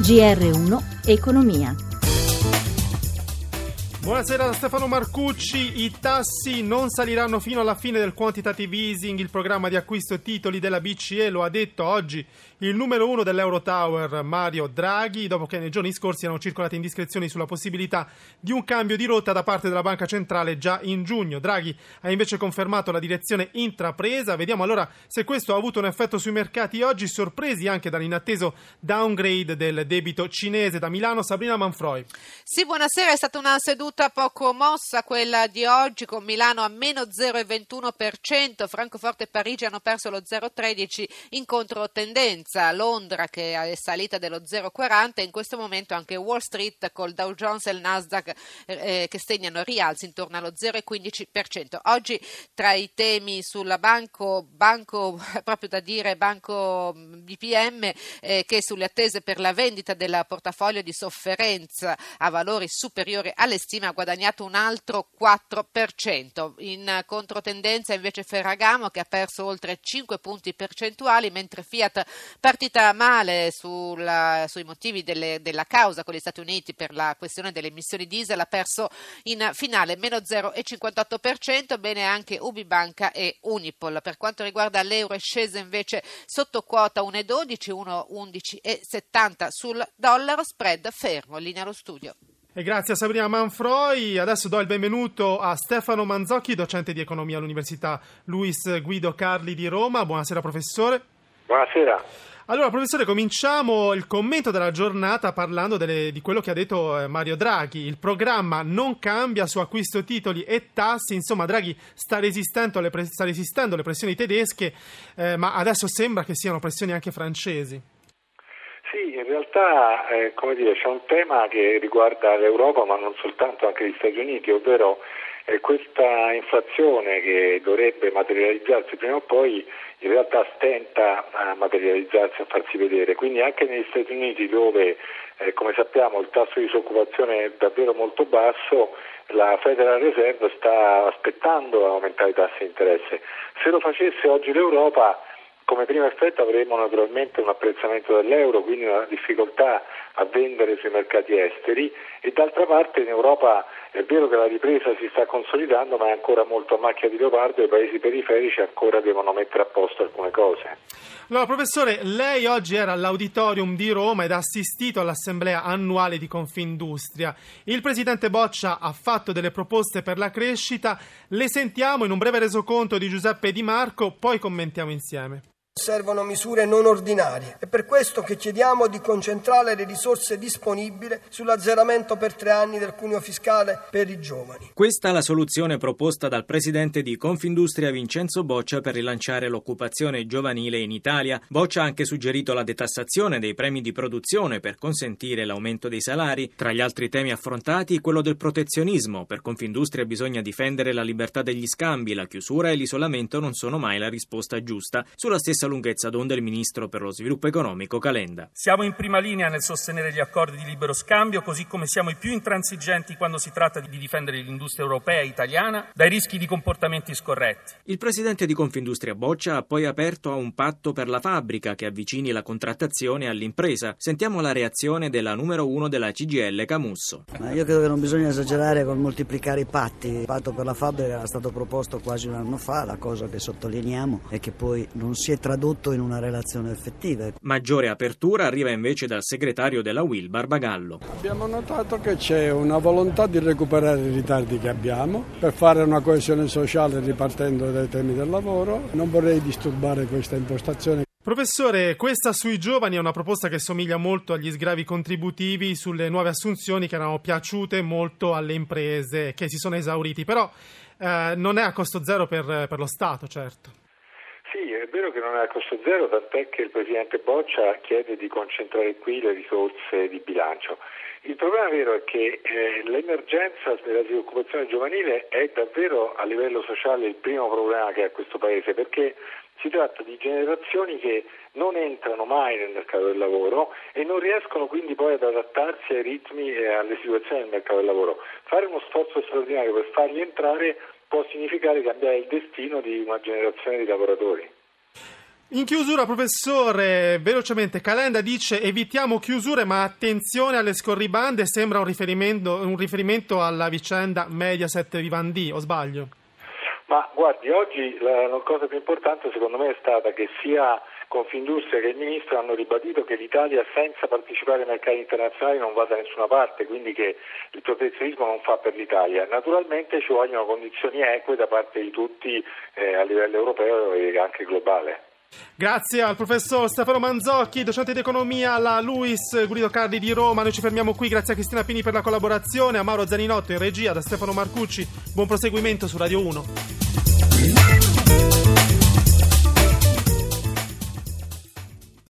GR1 Economia. Buonasera da Stefano Marcucci. I tassi non saliranno fino alla fine del quantitative easing, il programma di acquisto titoli della BCE, lo ha detto oggi il numero uno dell'Eurotower, Mario Draghi, dopo che nei giorni scorsi erano circolate indiscrezioni sulla possibilità di un cambio di rotta da parte della Banca Centrale già in giugno. Draghi ha invece confermato la direzione intrapresa. Vediamo allora se questo ha avuto un effetto sui mercati oggi, sorpresi anche dall'inatteso downgrade del debito cinese. Da Milano, Sabrina Manfroi. Sì, buonasera, è stata una seduta poco mossa quella di oggi, con Milano a meno 0,21%, Francoforte e Parigi hanno perso lo 0,13% in controtendenza, Londra che è salita dello 0,40%, in questo momento anche Wall Street col Dow Jones e il Nasdaq che segnano rialzi intorno allo 0,15%. Oggi tra i temi sulla banco proprio da dire banco BPM che sulle attese per la vendita del portafoglio di sofferenza a valori superiori alle stime ha guadagnato un altro 4%. In controtendenza invece Ferragamo che ha perso oltre 5 punti percentuali, mentre Fiat, partita male sui motivi della causa con gli Stati Uniti per la questione delle emissioni diesel, ha perso in finale meno 0,58%, bene anche Ubibanca e Unipol. Per quanto riguarda l'euro è scesa invece sotto quota 1,12, 1,11,70 sul dollaro, spread fermo. Linea allo studio. E grazie a Sabrina Manfroi. Adesso do il benvenuto a Stefano Manzocchi, docente di economia all'Università Luis Guido Carli di Roma. Buonasera professore. Buonasera. Allora professore, cominciamo il commento della giornata parlando di quello che ha detto Mario Draghi. Il programma non cambia su acquisto titoli e tassi, insomma Draghi sta resistendo alle pressioni tedesche, ma adesso sembra che siano pressioni anche francesi. Sì, in realtà c'è un tema che riguarda l'Europa ma non soltanto, anche gli Stati Uniti, ovvero questa inflazione che dovrebbe materializzarsi prima o poi in realtà stenta a materializzarsi, a farsi vedere. Quindi anche negli Stati Uniti, dove come sappiamo il tasso di disoccupazione è davvero molto basso, la Federal Reserve sta aspettando a aumentare i tassi di interesse. Se lo facesse oggi l'Europa, come primo effetto avremo naturalmente un apprezzamento dell'euro, quindi una difficoltà a vendere sui mercati esteri, e d'altra parte in Europa è vero che la ripresa si sta consolidando, ma è ancora molto a macchia di leopardo e i paesi periferici ancora devono mettere a posto alcune cose. Allora professore, lei oggi era all'Auditorium di Roma ed ha assistito all'assemblea annuale di Confindustria. Il presidente Boccia ha fatto delle proposte per la crescita, le sentiamo in un breve resoconto di Giuseppe Di Marco, poi commentiamo insieme. Servono misure non ordinarie. È per questo che chiediamo di concentrare le risorse disponibili sull'azzeramento per 3 anni del cuneo fiscale per i giovani. Questa è la soluzione proposta dal presidente di Confindustria Vincenzo Boccia per rilanciare l'occupazione giovanile in Italia. Boccia ha anche suggerito la detassazione dei premi di produzione per consentire l'aumento dei salari. Tra gli altri temi affrontati quello del protezionismo. Per Confindustria bisogna difendere la libertà degli scambi, la chiusura e l'isolamento non sono mai la risposta giusta. Sulla stessa lunghezza d'onda il ministro per lo sviluppo economico Calenda. Siamo in prima linea nel sostenere gli accordi di libero scambio, così come siamo i più intransigenti quando si tratta di difendere l'industria europea e italiana dai rischi di comportamenti scorretti. Il presidente di Confindustria Boccia ha poi aperto a un patto per la fabbrica che avvicini la contrattazione all'impresa. Sentiamo la reazione della numero uno della CGIL Camusso. Ma io credo che non bisogna esagerare con moltiplicare i patti. Il patto per la fabbrica era stato proposto quasi un anno fa, la cosa che sottolineiamo è che poi non si è tradotto in una relazione effettiva. Maggiore apertura arriva invece dal segretario della UIL Barbagallo. Abbiamo notato che c'è una volontà di recuperare i ritardi che abbiamo per fare una coesione sociale ripartendo dai temi del lavoro. Non vorrei disturbare questa impostazione. Professore, questa sui giovani è una proposta che somiglia molto agli sgravi contributivi sulle nuove assunzioni che erano piaciute molto alle imprese che si sono esauriti, però non è a costo zero per lo Stato, certo. Sì, è vero che non è a costo zero, tant'è che il presidente Boccia chiede di concentrare qui le risorse di bilancio. Il problema vero è che l'emergenza della disoccupazione giovanile è davvero a livello sociale il primo problema che ha questo Paese, perché si tratta di generazioni che non entrano mai nel mercato del lavoro e non riescono quindi poi ad adattarsi ai ritmi e alle situazioni del mercato del lavoro. Fare uno sforzo straordinario per farli entrare può significare cambiare il destino di una generazione di lavoratori. In chiusura, professore, velocemente, Calenda dice evitiamo chiusure ma attenzione alle scorribande, sembra un riferimento alla vicenda Mediaset Vivendi, o sbaglio? Ma guardi, oggi la cosa più importante secondo me è stata che sia Confindustria che il Ministro hanno ribadito che l'Italia senza partecipare ai mercati internazionali non va da nessuna parte, quindi che il protezionismo non fa per l'Italia. Naturalmente ci vogliono condizioni eque da parte di tutti a livello europeo e anche globale. Grazie al professor Stefano Manzocchi, docente di economia alla Luis Guido Carli di Roma. Noi ci fermiamo qui, grazie a Cristina Pini per la collaborazione, a Mauro Zaninotto in regia, da Stefano Marcucci. Buon proseguimento su Radio 1.